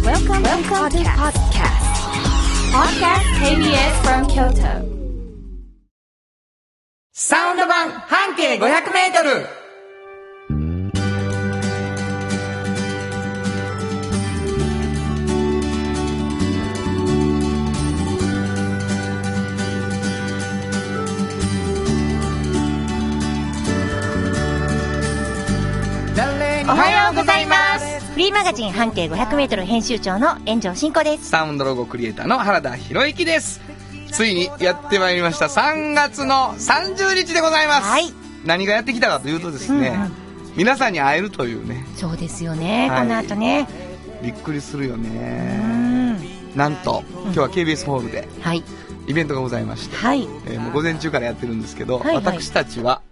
Welcome to podcast KBS from Kyoto. サウンド版半径500メートル。 おはようございます。フリーマガジン半径 500m 編集長の炎上真子です。 サウンドロゴクリエイターの原田博之です。ついにやってまいりました3月の30日でございます、はい、何がやってきたかというとですね、皆さんに会えるというね。 そうですよね、はい、この後ねびっくりするよね。なんと今日は KBS ホールでイベントがございまして、はい、もう午前中からやってるんですけど、はいはい、私たちは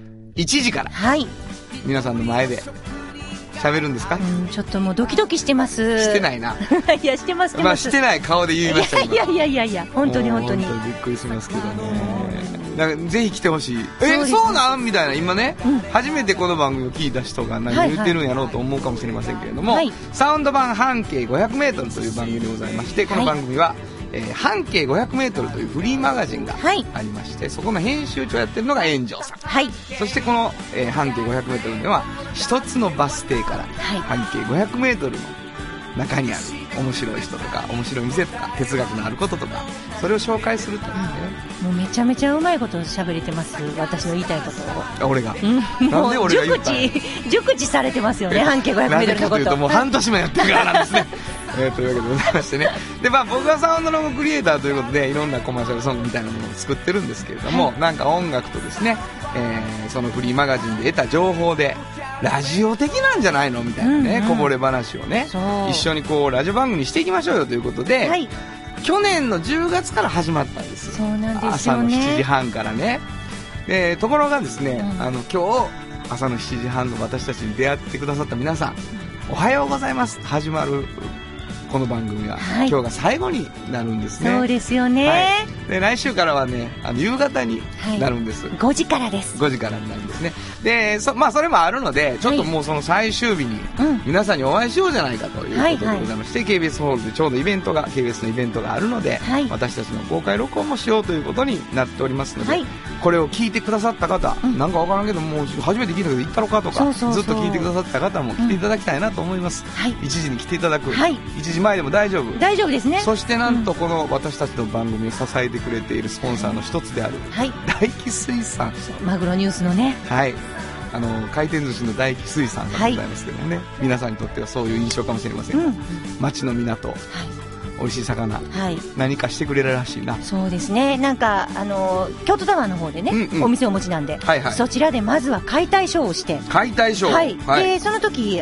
1時から皆さんの前で喋るんですか？ ちょっともうドキドキしてます。 してないな。 いやしてます。 まあしてない顔で言いましたけど。 いや本当にびっくりしますけどね。なんかぜひ来てほしい。そうなんみたいな今ね、初めてこの番組を聞いた人が何言ってるんやろうと思うかもしれませんけれども、サウンド版半径 500m という番組でございまして、この番組は半径 500m というフリーマガジンがありまして、そこの編集長をやってるのが炎上さん、そしてこの、半径 500m では一つのバス停から半径 500m の中にある面白い人とか面白い店とか哲学のあることとか、それを紹介するというね、 もうめちゃめちゃうまいこと喋れてます。私の言いたいことを俺が、なんで俺が言ったの？ 熟知されてますよね、半径 500m のこと。なぜかというともう半年もやってるからなんですね。というわけでございましてね。で、僕はサウンドロゴクリエイターということでいろんなコマーシャルソングみたいなものを作ってるんですけれども、なんか音楽とですね、そのフリーマガジンで得た情報でラジオ的なんじゃないのみたいなね、こぼれ話をね一緒にこうラジオ番組にしていきましょうよということで、去年の10月から始まったんです。 そうなんですよね。 朝の7時半からね。ところがですね、今日朝の7時半の私たちに出会ってくださった皆さん、おはようございます始まるこの番組は、今日が最後になるんですね。 そうですよね、 で来週からはね夕方になるんです、 5時からです。 5時からになるんですね。でそれもあるので、ちょっともうその最終日に皆さんにお会いしようじゃないかということでございまして、KBS ホールでちょうどKBS のイベントがあるので、私たちの公開録音もしようということになっておりますので、これを聞いてくださった方、なんかわからんけどもう初めて聞いたけど行ったのかとか、ずっと聞いてくださった方も来ていただきたいなと思います、1時に来ていただく、1時前でも大丈夫ですね。 そしてなんとこの私たちの番組を支えてくれているスポンサーの一つである大気水産、 マグロニュースのね、 回転寿司の大気水産がございますけどもね、皆さんにとってはそういう印象かもしれませんが、町の港、美味しい魚、何かしてくれるらしいな。 そうですね。なんか京都タワーの方でね、お店をお持ちなんで、そちらでまずは解体ショーをして、でその時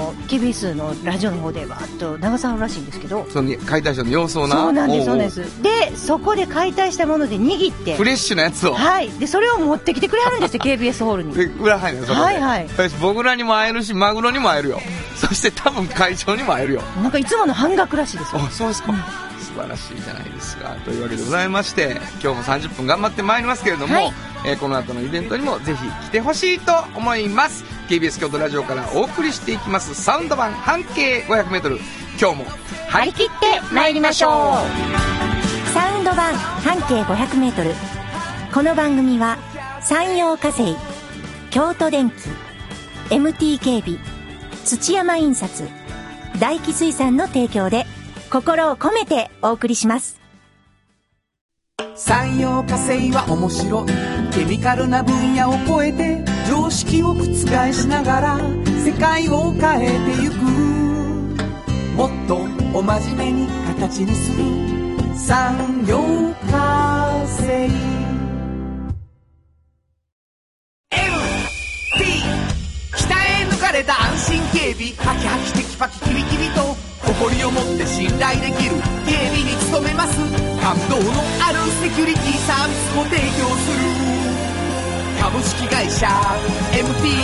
KBS のラジオの方でわーっと流されるらしいんですけど、 その解体ショーの様子をな。 そうなんです。でそこで解体したもので握ってフレッシュなやつを、 でそれを持ってきてくれはるんですよ。KBS ホールに裏入るのそこで、僕らにも会えるしマグロにも会えるよ。そして多分会長にも会えるよ。 なんかいつもの半額らしいですよ。 そうですか、素晴らしいじゃないですか。というわけでございまして、今日も30分頑張ってまいりますけれども、この後のイベントにもぜひ来てほしいと思います。 KBS 京都ラジオからお送りしていきますサウンド版半径 500m、 今日も張り切ってまいりましょう。サウンド版半径 500m、 この番組は山陽火星、京都電機、 MT 警備、土山印刷、大気水産の提供で心を込めてお送りします。 産業化成は面白いケミカルな分野を超えて常識を覆しながら世界を変えてゆく、もっとお真面目に形にする産業化成。 MT 北へ抜かれた安心警備、ハキハキテキパキキビキビと誇りを持って信頼できる警備に努めます。感動のあるセキュリティサービスを提供する株式会社 MT。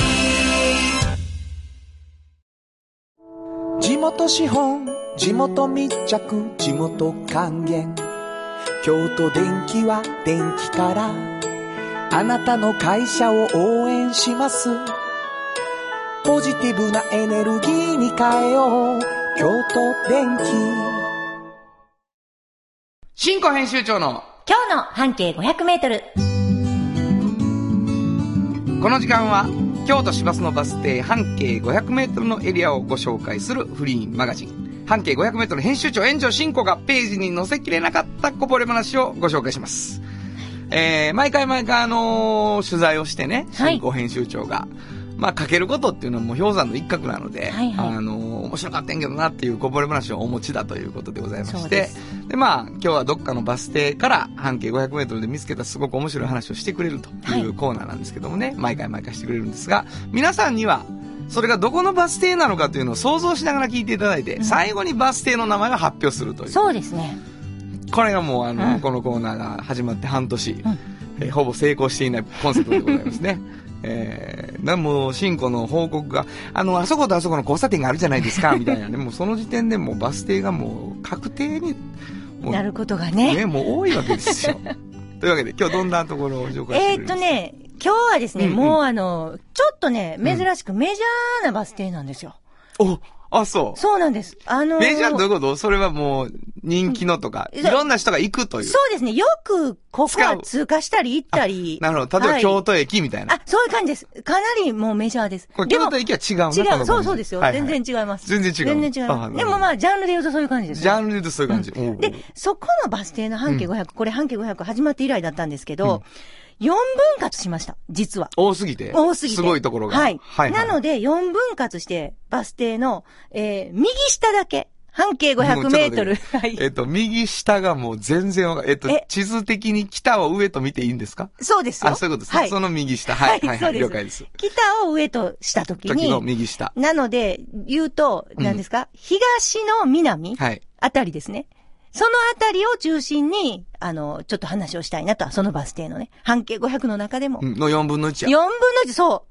地元資本、地元密着、地元還元、京都電気は電気からあなたの会社を応援します。ポジティブなエネルギーに変えよう京都電気。 新庫編集長の今日の半径500メートル。 この時間は京都市バスのバス停半径500メートルのエリアをご紹介するフリーマガジン。半径500メートル編集長炎上新庫がページに載せきれなかったこぼれ話をご紹介します。毎回取材をしてね、新庫編集長が、書けることっていうのはもう氷山の一角なので、面白かったんけどなっていうこぼれ話をお持ちだということでございまして、で今日はどっかのバス停から半径500メートルで見つけたすごく面白い話をしてくれるというコーナーなんですけどもね、毎回してくれるんですが、皆さんにはそれがどこのバス停なのかというのを想像しながら聞いていただいて、最後にバス停の名前を発表するという。 そうですね。これがもうこのコーナーが始まって半年、ほぼ成功していないコンセプトでございますね。もう新庫の報告があそことあそこの交差点があるじゃないですかみたいなね、もうその時点でもうバス停がもう確定になることがね、 もう多いわけですよ。というわけで今日どんなところを紹介してくれるんですか？ 今日はですね、もうちょっとね、珍しくメジャーなバス停なんですよ。 そう。 そうなんです。 メジャーどういうこと？それはもう人気のとか、いろんな人が行くという。 そうですね。よくここは通過したり行ったり。 なるほど。例えば京都駅みたいな。 そういう感じです。かなりもうメジャーです。 これ京都駅は違う違う。そうですよ。全然違います。 全然違います。でもジャンルで言うとそういう感じです。 ジャンルで言うとそういう感じ。 で、そこのバス停の半径500、これ半径500始まって以来だったんですけど、4分割しました、実は。多すぎて。 すごいところが。 はい。なので、4分割して、バス停の、右下だけ、半径500メートル。 右下がもう全然地図的に北を上と見ていいんですか？ そうですよ。 そういうことですね。その右下。はい。了解です。 北を上としたときに。 の右下。 なので、言うと、何ですか？東の南。あたりですね。そのあたりを中心に、ちょっと話をしたいなと、そのバス停のね、半径500の中でも。 の4分の1や。 4分の1、そう。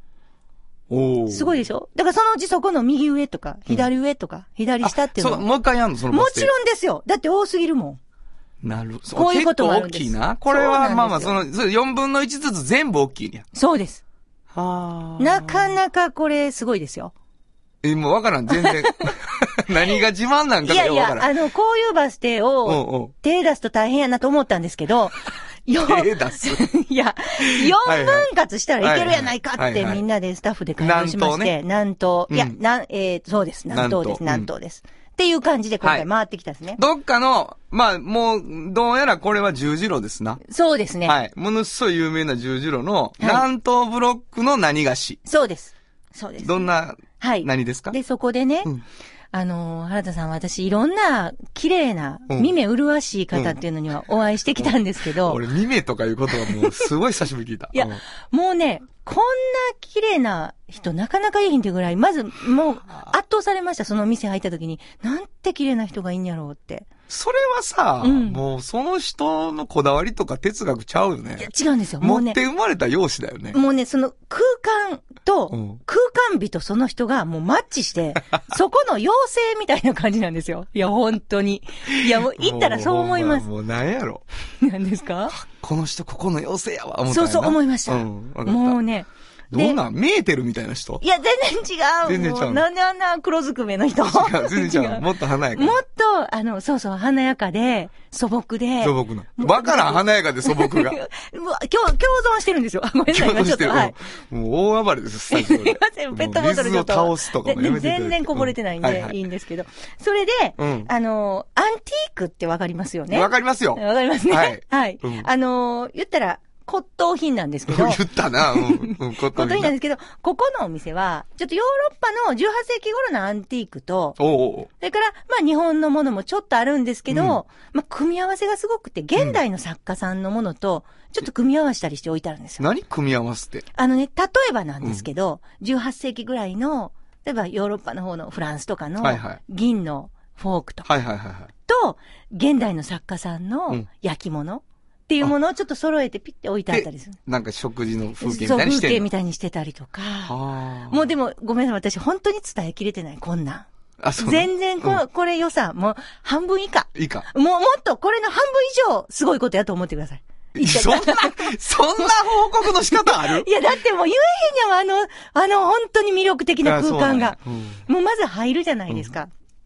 すごいでしょ？だからそのうちそこの右上とか、左上とか、左下っていうの。 もう一回やんのそのバス停。 もちろんですよ。だって多すぎるもん。なるほど。 こういうこともあるんです。 結構大きいな。これはその4分の1ずつ全部大きいね。 そうです。なかなかこれすごいですよ。 もうわからん、全然。何が自慢なんかよ、わからん。 こういうバス停を、手出すと大変やなと思ったんですけど、 手出すいや、4分割したらいけるやないかってみんなでスタッフで会話しまして、南東。いや、そうです、南東です。っていう感じで今回回ってきたんですね。 どっかの、もう、どうやらこれは十字路ですな。 そうですね。 はい。ものすごい有名な十字路の、南東ブロックの何がし。 そうです。 どんな、何ですか？ で、そこでね、原田さん、私、いろんな、綺麗な、耳麗しい方っていうのにはお会いしてきたんですけど。 俺、耳とかいうことはもう、すごい久しぶりに聞いた。 いや、もうね、こんな綺麗な人、なかなかいいんってぐらい、まず、もう、圧倒されました、その店入った時に。なんて綺麗な人がいいんやろうって。 それはさ、もうその人のこだわりとか哲学ちゃうよね。 いや、違うんですよ。もうね。 持って生まれた容姿だよね。 もうね、その空間と、空間美とその人がもうマッチして、そこの妖精みたいな感じなんですよ。いや、本当に。いや、もう行ったらそう思います。 もう何やろ。 何ですか？ この人ここの妖精やわ、思ったよな。 そう思いました。もうね。 どんな見えてるみたいな人？ いや、全然違う。 全然違う。 なんであんな黒ずくめの人？ 全然違う。もっと華やか。 もっと、華やかで、素朴で。 素朴な。わからん、華やかで素朴が。 共存してるんですよ。ごめんなさい。 共存してる。もう大暴れです、スタジオで。 すいません、ペットボトルちょっと。 水を倒すとかもやめて全然こぼれてないんで、いいんですけど。それで、アンティークってわかりますよね？ わかりますよ。 わかりますね。はい。言ったら、骨董品なんですけど。 言ったな。骨董品なんですけど、ここのお店は、ちょっとヨーロッパの18世紀頃のアンティークと、それから、日本のものもちょっとあるんですけど、組み合わせがすごくて、現代の作家さんのものと、ちょっと組み合わせたりして置いてあるんですよ。 何組み合わせて？ 例えばなんですけど、18世紀ぐらいの、例えばヨーロッパの方のフランスとかの、銀のフォークとか、と、現代の作家さんの焼き物、っていうものをちょっと揃えてピッて置いてあったりする。 なんか食事の風景みたいにしてる。 風景みたいにしてたりとか。もうでも、ごめんなさい。私本当に伝えきれてない、こんなん。全然これ良さ、もう半分以下。もっとこれの半分以上すごいことやと思ってください。 そんな報告の仕方ある？ いや、だってもう言えへんやん、本当に魅力的な空間が。もうまず入るじゃないですか。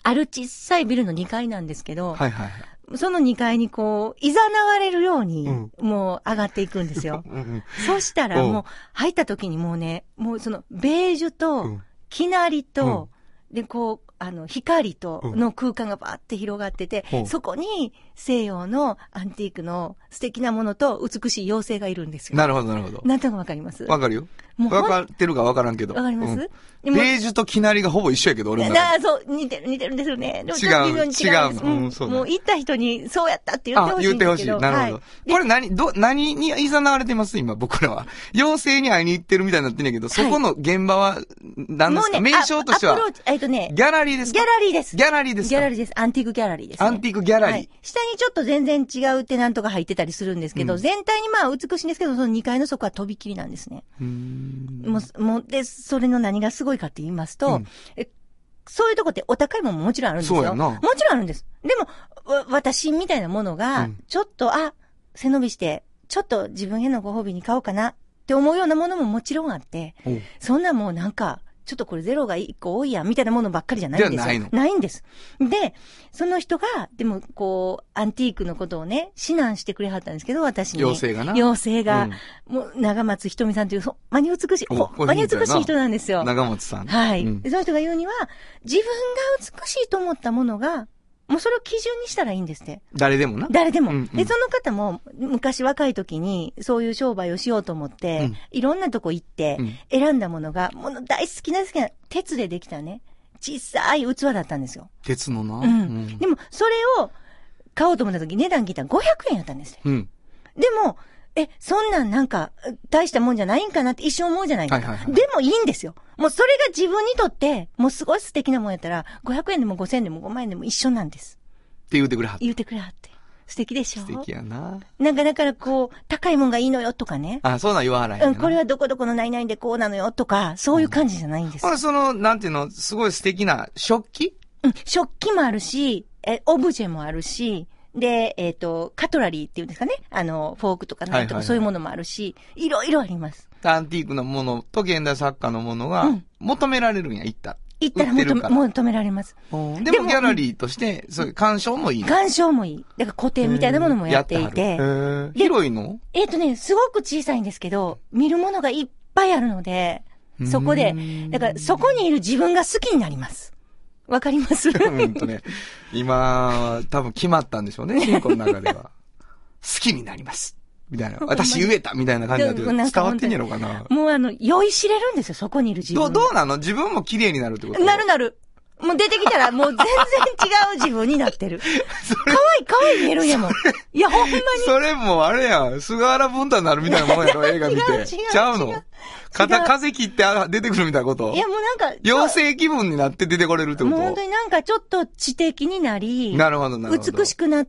ある小さいビルの2階なんですけど、 はいはい。 その2階にこう、誘われるように、もう上がっていくんですよ。そしたらもう、入った時にもうね、もうその、ベージュと、きなりと、で、こう、光との空間がバーって広がってて、そこに西洋のアンティークの素敵なものと美しい妖精がいるんですよ。 なるほど、なるほど。 なんとかわかります？ わかるよ。わかってるかわからんけど。 わかります？ ベージュときなりがほぼ一緒やけど、俺の中で。 そう、似てるんですよね。 違う。 そう。もう行った人にそうやったって言ってほしいんですけど。 言ってほしい。なるほど。これ何に誘われてます今、僕らは。妖精に会いに行ってるみたいになってんねんけど、そこの現場は、何ですか？名称としては。ギャラリーですか？ ギャラリーです。 ギャラリーですか？ ギャラリーです。アンティークギャラリーです。 アンティークギャラリー。 下にちょっと全然違うテナントが入ってたりするんですけど、全体にまあ美しいんですけど、その2階の底は飛び切りなんですね。もう、で、それの何がすごいかって言いますと、そういうとこってお高いもんももちろんあるんですよ。 そうやな。 もちろんあるんです。でも、私みたいなものが、ちょっと、背伸びして、ちょっと自分へのご褒美に買おうかなって思うようなものももちろんあって、そんなもうなんか、ちょっとこれゼロが1個多いやんみたいなものばっかりじゃないんですよ。ないんです。で、その人が、でもこう、アンティークのことをね、指南してくれはったんですけど、私に。 妖精がな。 妖精が、もう、長松ひとみさんという、ほんまに美しい、ほんまに美しい人なんですよ。 長松さん。 はい。その人が言うには、自分が美しいと思ったものが、もうそれを基準にしたらいいんですって。 誰でもな。 誰でも。で、その方も、昔若い時に、そういう商売をしようと思って、いろんなとこ行って、選んだものが、大好きな鉄でできたね、小さい器だったんですよ。 鉄のな。 でも、それを買おうと思った時、値段聞いたら500円やったんですよ。でも、そんなんなんか、大したもんじゃないんかなって一生思うじゃないですか。でもいいんですよ。もうそれが自分にとって、もうすごい素敵なもんやったら、500円でも5000円でも5万円でも一緒なんです。 って言うてくれはって。 言うてくれはって。素敵でしょ？ 素敵やな。 なんかだからこう、高いもんがいいのよとかね。 そうなん言わはらへん。 これはどこどこの何々でこうなのよとか、そういう感じじゃないんです。 なんていうの、すごい素敵な食器？ 食器もあるし、オブジェもあるし、で、カトラリーっていうんですかね。フォークとかナイフとかそういうものもあるし、いろいろあります。 アンティークのものと現代作家のものが求められるんや、行ったら求められます。 でもギャラリーとして、そういう鑑賞もいいの？ 鑑賞もいい。だから古典みたいなものもやっていて。 広いの？ すごく小さいんですけど、見るものがいっぱいあるので、そこで、だからそこにいる自分が好きになります。わかります？ 今、多分決まったんでしょうね、シンコの中では。好きになります。みたいな。私言えたみたいな感じだって伝わってんやろうかな。 もう酔いしれるんですよ、そこにいる自分。 どうなの？自分も綺麗になるってこと？ なる。もう出てきたらもう全然違う自分になってる。可愛い見えるんやもん。いや、ほんまに。 それもあれやん。菅原文太になるみたいなもんやろ、映画見て。ちゃうの？風切って出てくるみたいなこと？ いや、もうなんか。 妖精気分になって出てこれるってこと？ もう本当になんかちょっと知的になり。 なるほど。 美しくなって、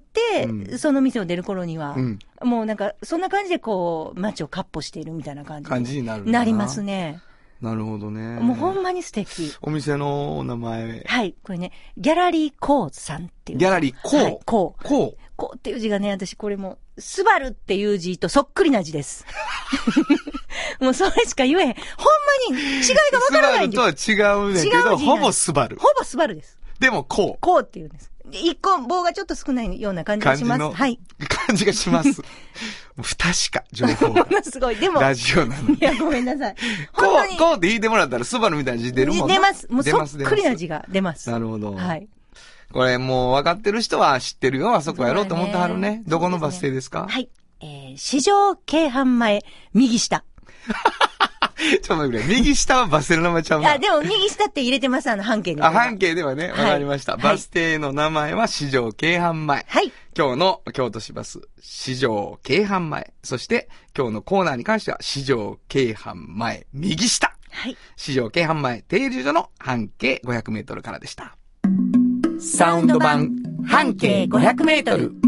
その店を出る頃には。もうなんか、そんな感じでこう、街を闊歩しているみたいな感じになりますね。 なるほどね。 もうほんまに素敵。 お店のお名前。 はい。これね、ギャラリーコーさんっていう。 ギャラリーコー？はい、 コーっていう字がね、私これも、スバルっていう字とそっくりな字です。もうそれしか言えへん。ほんまに違いがわからないんです。 スバルとは違うんだけど、ほぼスバル。 ほぼスバルです。 でもコーっていうんです。一個棒がちょっと少ないような感じがします。はい。 感じがします。不確か、情報が。 ものすごい。でも。 ラジオなのに。 いや、ごめんなさい。 こうって言ってもらったら、スバルみたいな字出るもんね。 出ます。もうそっくりな字が出ます。 なるほど。 はい。 これもう分かってる人は知ってるよ。あそこやろうと思ってはるね。どこのバス停ですか？ はい。市場京阪前、右下。 ちょっと待ってくれ。右下はバス停の名前ちゃうな。 でも右下って入れてます、半径に。 半径ではね、わかりました。バス停の名前は市場京阪前。 はい。 今日の京都市バス、市場京阪前。そして、今日のコーナーに関しては、市場京阪前、右下。 はい。 市場京阪前、停留所の半径500メートルからでした。 サウンド版、半径500メートル。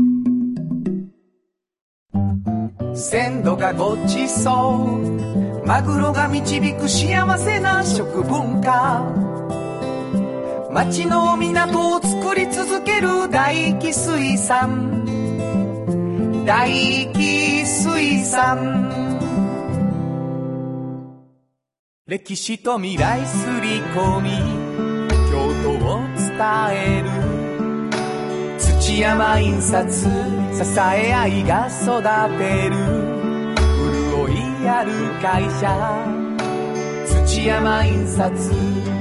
鮮度がごちそうマグロが導く幸せな食文化町の港を作り続ける大気水産大気水産歴史と未来すり込み京都を伝える土山印刷支え合いが育てる潤いある会社土山印刷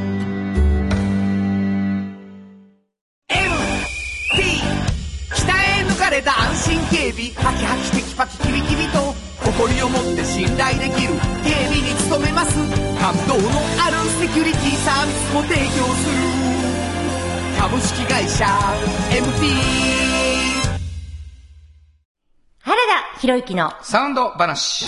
MT 北へ抜かれた安心警備ハキハキテキパキキビキビと誇りを持って信頼できる警備に努めます感動のあるセキュリティサービスも提供する株式会社 MT 原田博之のサウンド話。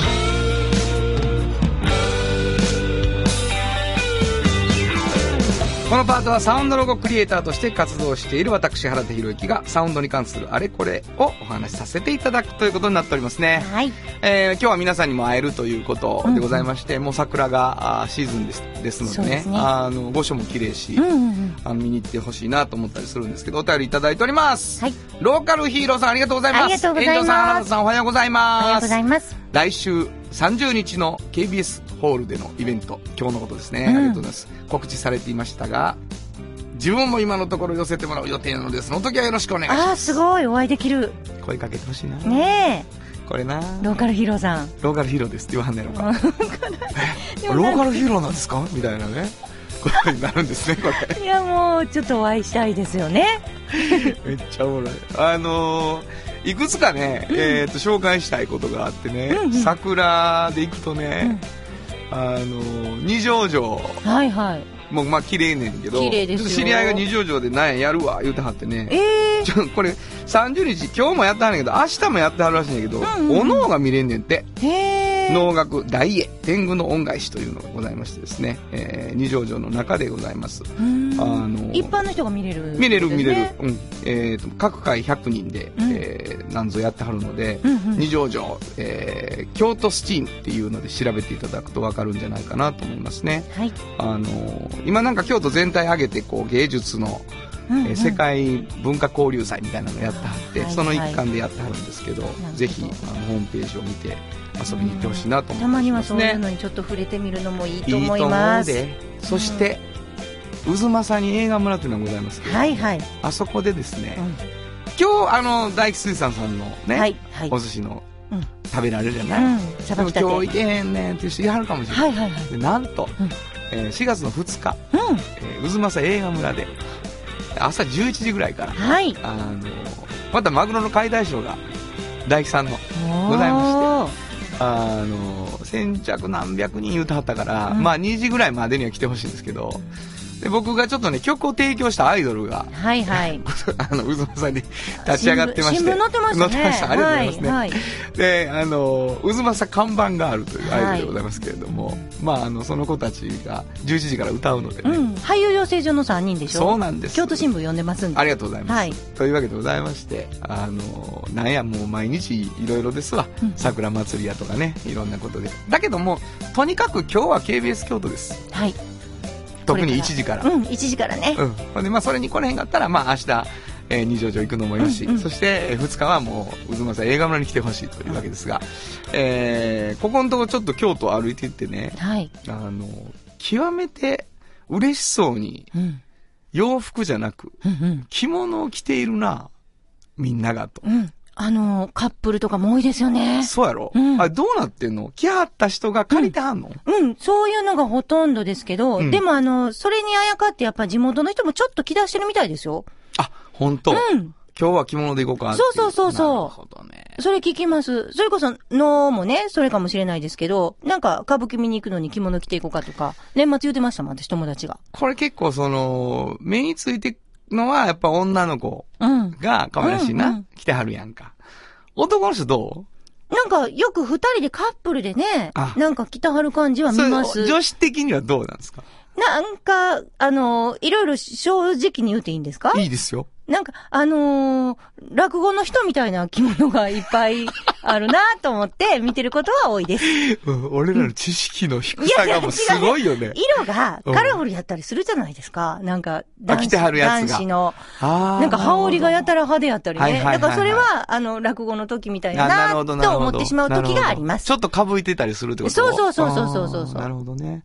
このパートはサウンドロゴクリエイターとして活動している私原田博之がサウンドに関するあれこれをお話しさせていただくということになっておりますね。 はい。 今日は皆さんにも会えるということでございまして、もう桜がシーズンですのでね、御所も綺麗し、見に行ってほしいなと思ったりするんですけど、お便りいただいております。はい。ローカルヒーローさんありがとうございます。 ありがとうございます。 園長さん、原田さんおはようございます。 おはようございます。 来週30日の KBS ホールでのイベント、今日のことですね。ありがとうございます。告知されていましたが、自分も今のところ寄せてもらう予定なので、その時はよろしくお願いします。 あー、すごい、お会いできる。 声かけてほしいな。 ねえ。これな。 ローカルヒーローさん。 ローカルヒーローですって言わんねえのか。ローカルヒーローなんですかみたいなね。ことになるんですね、これ。 いや、もう、ちょっとお会いしたいですよね。 めっちゃおもろい。いくつかね、紹介したいことがあってね、桜で行くとね、二条城。はいはい。もうまあ綺麗ねんけど、綺麗ですよ。知り合いが二条城でなんややるわ言うてはってね、これ30日今日もやってはるんやけど明日もやってはるらしいんやけど、お能が見れんねんって。能楽大絵天狗の恩返しというのがございましてですね、二条城の中でございます。 一般の人が見れる、 見れる、各回100人で、何ぞやってはるので、二条城、京都スチームっていうので調べていただくと分かるんじゃないかなと思いますね。はい。今なんか京都全体挙げてこう芸術の世界文化交流祭みたいなのやってはって、その一環でやってはるんですけど、ぜひホームページを見て遊びに行ってほしいなと思いますね。 たまにはそういうのにちょっと触れてみるのもいいと思います。 いいと思うで。そして、渦政に映画村というのがございますけど、あそこでですね、今日大吉水産さんのね、お寿司の食べられるじゃない、でも今日行けへんねんっていう人いはるかもしれない。でなんと、4月の2日、渦政映画村で朝11時ぐらいから、またマグロの解体ショーが大吉さんのございまして、先着何百人言うてはったから、まあ2時ぐらいまでには来てほしいんですけど、で僕がちょっとね曲を提供したアイドルが渦政さんに立ち上がってまして、 新聞載ってましたね。 載ってました。ありがとうございますね。で渦政看板があるというアイドルでございますけれども、まあその子たちが11時から歌うのでね、 俳優養成所の3人でしょ。 そうなんです。 京都新聞読んでますんで。 ありがとうございます。というわけでございまして、なんやもう毎日いろいろですわ、桜祭りやとかね、いろんなことで。だけどもとにかく今日は KBS 京都です。はい。特に1時から。1 時からね。 でまあそれに来れへんかったら、まあ明日、二条城行くのもよし、そして2日はもう渦政映画村に来てほしいというわけですが、ここのところちょっと京都を歩いていってね、極めて嬉しそうに、洋服じゃなく、着物を着ているなみんながと。 カップルとかも多いですよね。 そうやろ、あれどうなってんの？来はった人が借りてはんの？ そういうのがほとんどですけど、でもそれにあやかってやっぱ地元の人もちょっと着出してるみたいですよ。 あ、本当。今日は着物で行こうかって。 そう。なるほどね。それ聞きます。それこそ、もね、それかもしれないですけど、なんか歌舞伎見に行くのに着物着ていこうかとか、年末言ってましたもん、私友達が。 これ結構目についてのはやっぱ女の子が可愛らしいな、来てはるやんか。男の人どう？なんかよく二人でカップルでね、なんか着てはる感じは見ます。 女子的にはどうなんですか？ なんか、いろいろ正直に言うていいんですか？ いいですよ。 なんか、落語の人みたいな着物がいっぱいあるなと思って見てることは多いです。 俺らの知識の低さがもうすごいよね。 色がカラフルやったりするじゃないですか。なんか男子の、なんか羽織がやたら派手やったりね。だからそれは、落語の時みたいなと思ってしまう時があります。 ちょっと被いてたりするってこと？ そう。 なるほどね。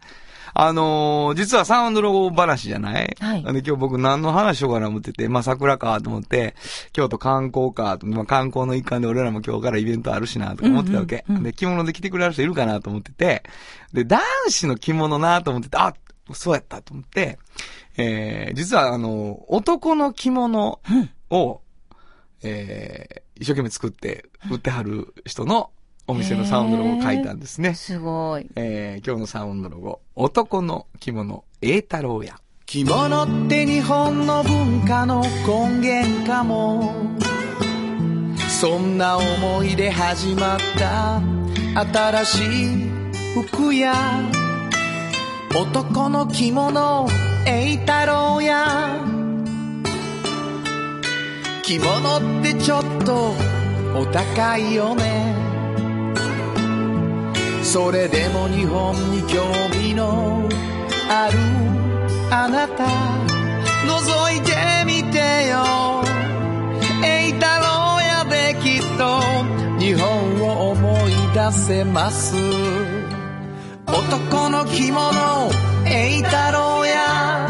実はサウンドロゴ話じゃない？ はい。 で、今日僕何の話しようかな思ってて、桜かと思って、京都観光かと、観光の一環で俺らも今日からイベントあるしなとか思ってたわけ。で、着物で着てくれる人いるかなと思ってて、で、男子の着物なと思ってて、あ、そうやったと思って、実は男の着物を、一生懸命作って売ってはる人のお店のサウンドロゴを書いたんですね。 すごい。 今日のサウンドロゴ、男の着物、栄太郎や。 着物って日本の文化の根源かも。そんな思いで始まった新しい服や男の着物、栄太郎や。着物ってちょっとお高いよね。それでも日本に興味のあるあなた、覗いてみてよ。栄太郎やできっと日本を思い出せます。男の着物、栄太郎や。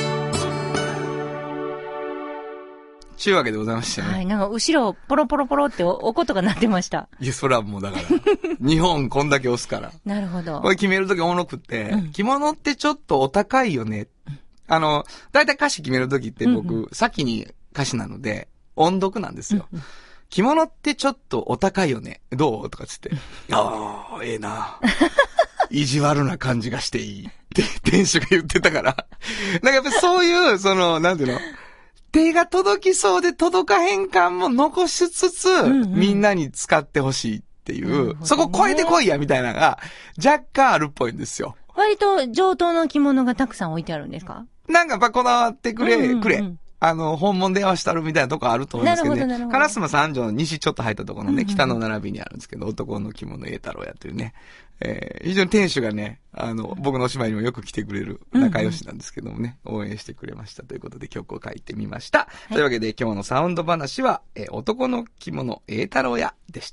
ちゅうわけでございましたね。 はい。なんか後ろポロポロポロって音が鳴ってました。 いや、それはもうだから、日本こんだけ押すから。 なるほど。 これ決めるときおもろくって、着物ってちょっとお高いよね。だいたい歌詞決めるときって僕、先に歌詞なので、音読なんですよ。着物ってちょっとお高いよね。どうとかつって。ああ、ええな。意地悪な感じがしていい。って店主が言ってたから。なんかやっぱそういう、なんていうの、手が届きそうで届かへん感も残しつつ、みんなに使ってほしいっていう、そこ超えてこいやみたいなのが若干あるっぽいんですよ。 割と上等の着物がたくさん置いてあるんですか？ なんかやっぱこだわってくれ。本物で合わしたるみたいなとこあると思うんですけどね。烏丸三条の西ちょっと入ったところのね、北の並びにあるんですけど、男の着物栄太郎やというね。非常に店主がね、僕のお芝居にもよく来てくれる仲良しなんですけどもね、応援してくれましたということで曲を書いてみました。というわけで今日のサウンド話は、男の着物栄太郎やでした。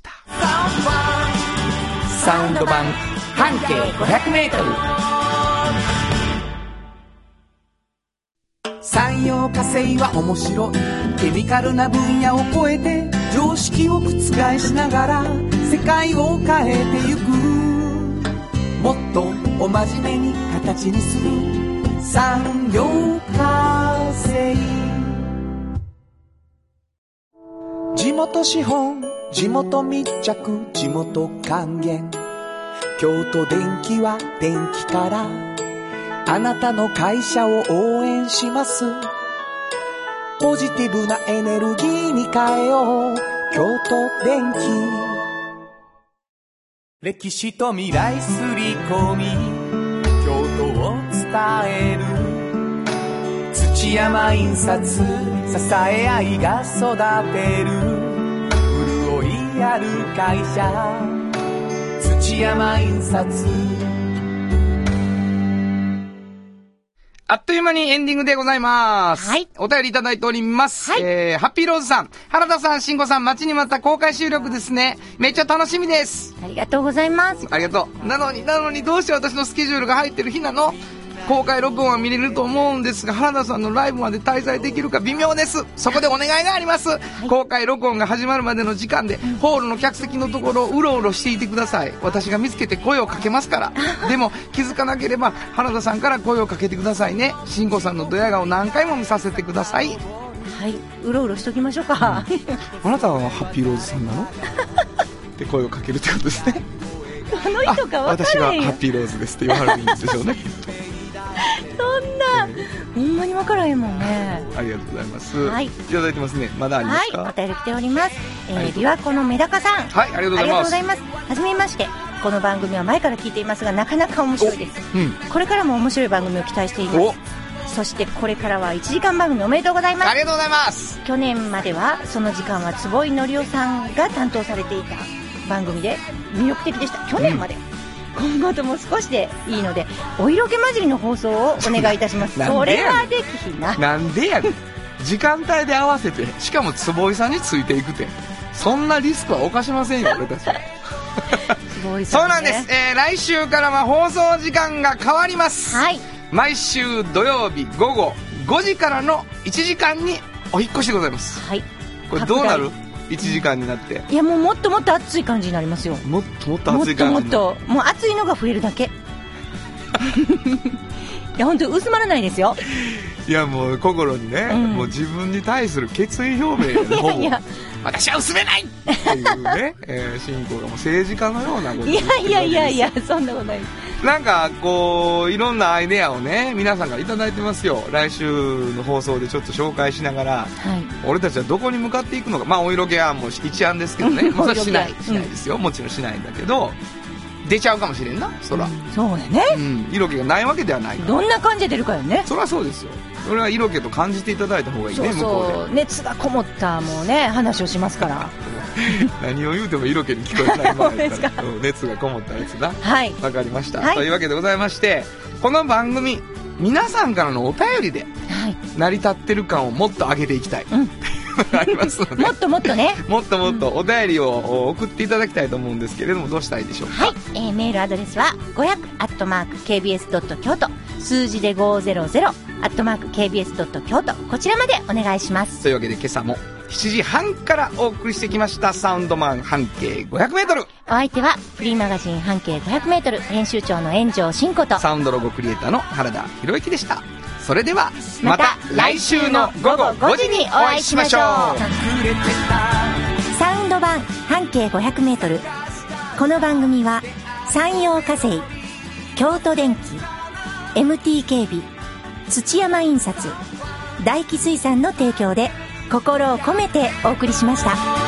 サウンド版半径500メートル。産業化成は面白い。ケミカルな分野を超えて常識を覆しながら世界を変えてゆく。もっとお真面目に形にする産業化成。地元資本、地元密着、地元還元。京都電気は電気からあなたの会社を応援します。ポジティブなエネルギーに変えよう。京都電気。歴史と未来すり込み京都を伝える。土山印刷支え合いが育てる。潤いある会社土山印刷。 あっという間にエンディングでございます。 はい。 お便りいただいております。 はい。 ハッピーローズさん、原田さん、慎吾さん、待ちに待った公開収録ですね。めっちゃ楽しみです。 ありがとうございます。 ありがとう。なのにどうして私のスケジュールが入ってる日なの？公開録音は見れると思うんですが、原田さんのライブまで滞在できるか微妙です。そこでお願いがあります。はい、公開録音が始まるまでの時間で、ホールの客席のところをうろうろしていてください。私が見つけて声をかけますから。でも気づかなければ原田さんから声をかけてくださいね。慎吾さんのドヤ顔何回も見させてください。 はい、うろうろしときましょうか。 あなたはハッピーローズさんなの？って声をかけるってことですね。 この人か分からへんよ。 私がハッピーローズですって言わはるんでしょうね。 そんな、ほんまに分からへんもんね。 ありがとうございます。 はい。 いただいてますね。まだありますか？ はい、お便り来ております。琵琶湖のメダカさん。 はい、ありがとうございます。 ありがとうございます。はじめまして。この番組は前から聞いていますが、なかなか面白いです。これからも面白い番組を期待しています。そしてこれからは1時間番組おめでとうございます。 ありがとうございます。 去年まではその時間は坪井紀夫さんが担当されていた番組で魅力的でした。去年まで。今後とも少しでいいのでお色気混じりの放送をお願いいたします。それはできひんな。 なんでやねん。時間帯で合わせて、しかも坪井さんについていくて、そんなリスクは犯しませんよ俺たちは。 ごい、 そうなんです、来週からは放送時間が変わります。 はい。 毎週土曜日午後5時からの1時間にお引っ越しでございます。 はい。 これどうなる？1時間になって。 いや、もうもっともっと暑い感じになりますよ。 もっともっと暑い感じ。 もっともう暑いのが増えるだけ。いや、本当に薄まらないですよ。 いや、もう心にね、もう自分に対する決意表明でほぼいや私は薄めないっていうね、進行がもう政治家のようなこといやそんなことないです。 なんかこういろんなアイデアをね皆さんからいただいてますよ。来週の放送でちょっと紹介しながら、はい、俺たちはどこに向かっていくのか。まあお色気案も一案ですけどね、まあ、しないですよ、もちろんしないんだけど出ちゃうかもしれんな、そら、 そうやね、 色気がないわけではないから。 どんな感じで出るかよね。 そりゃそうですよ。それは色気と感じていただいた方がいいね。 そう向こうで熱がこもったもうね話をしますから何を言うても色気に聞こえないもんやったら熱がこもったやつだ。はい、わかりました、はい、というわけでございまして、この番組皆さんからのお便りで成り立ってる感をもっと上げていきたい、ありますので、もっともっとねもっともっとお便りを送っていただきたいと思うんですけれども、どうしたらいいでしょうか。 はい、メールアドレスは 500@kbs. 京都、数字で500@kbs. 京都、こちらまでお願いします。 というわけで今朝も7時半からお送りしてきましたサウンドマン半径 500m。 お相手はフリーマガジン半径 500m 編集長の炎上真子とサウンドロゴクリエイターの原田博之でした。それではまた来週の午後5時にお会いしましょう。 サウンド版半径 500m。 この番組は山陽火星、京都電機、 MT 警備、土山印刷、大気水産の提供で心を込めてお送りしました。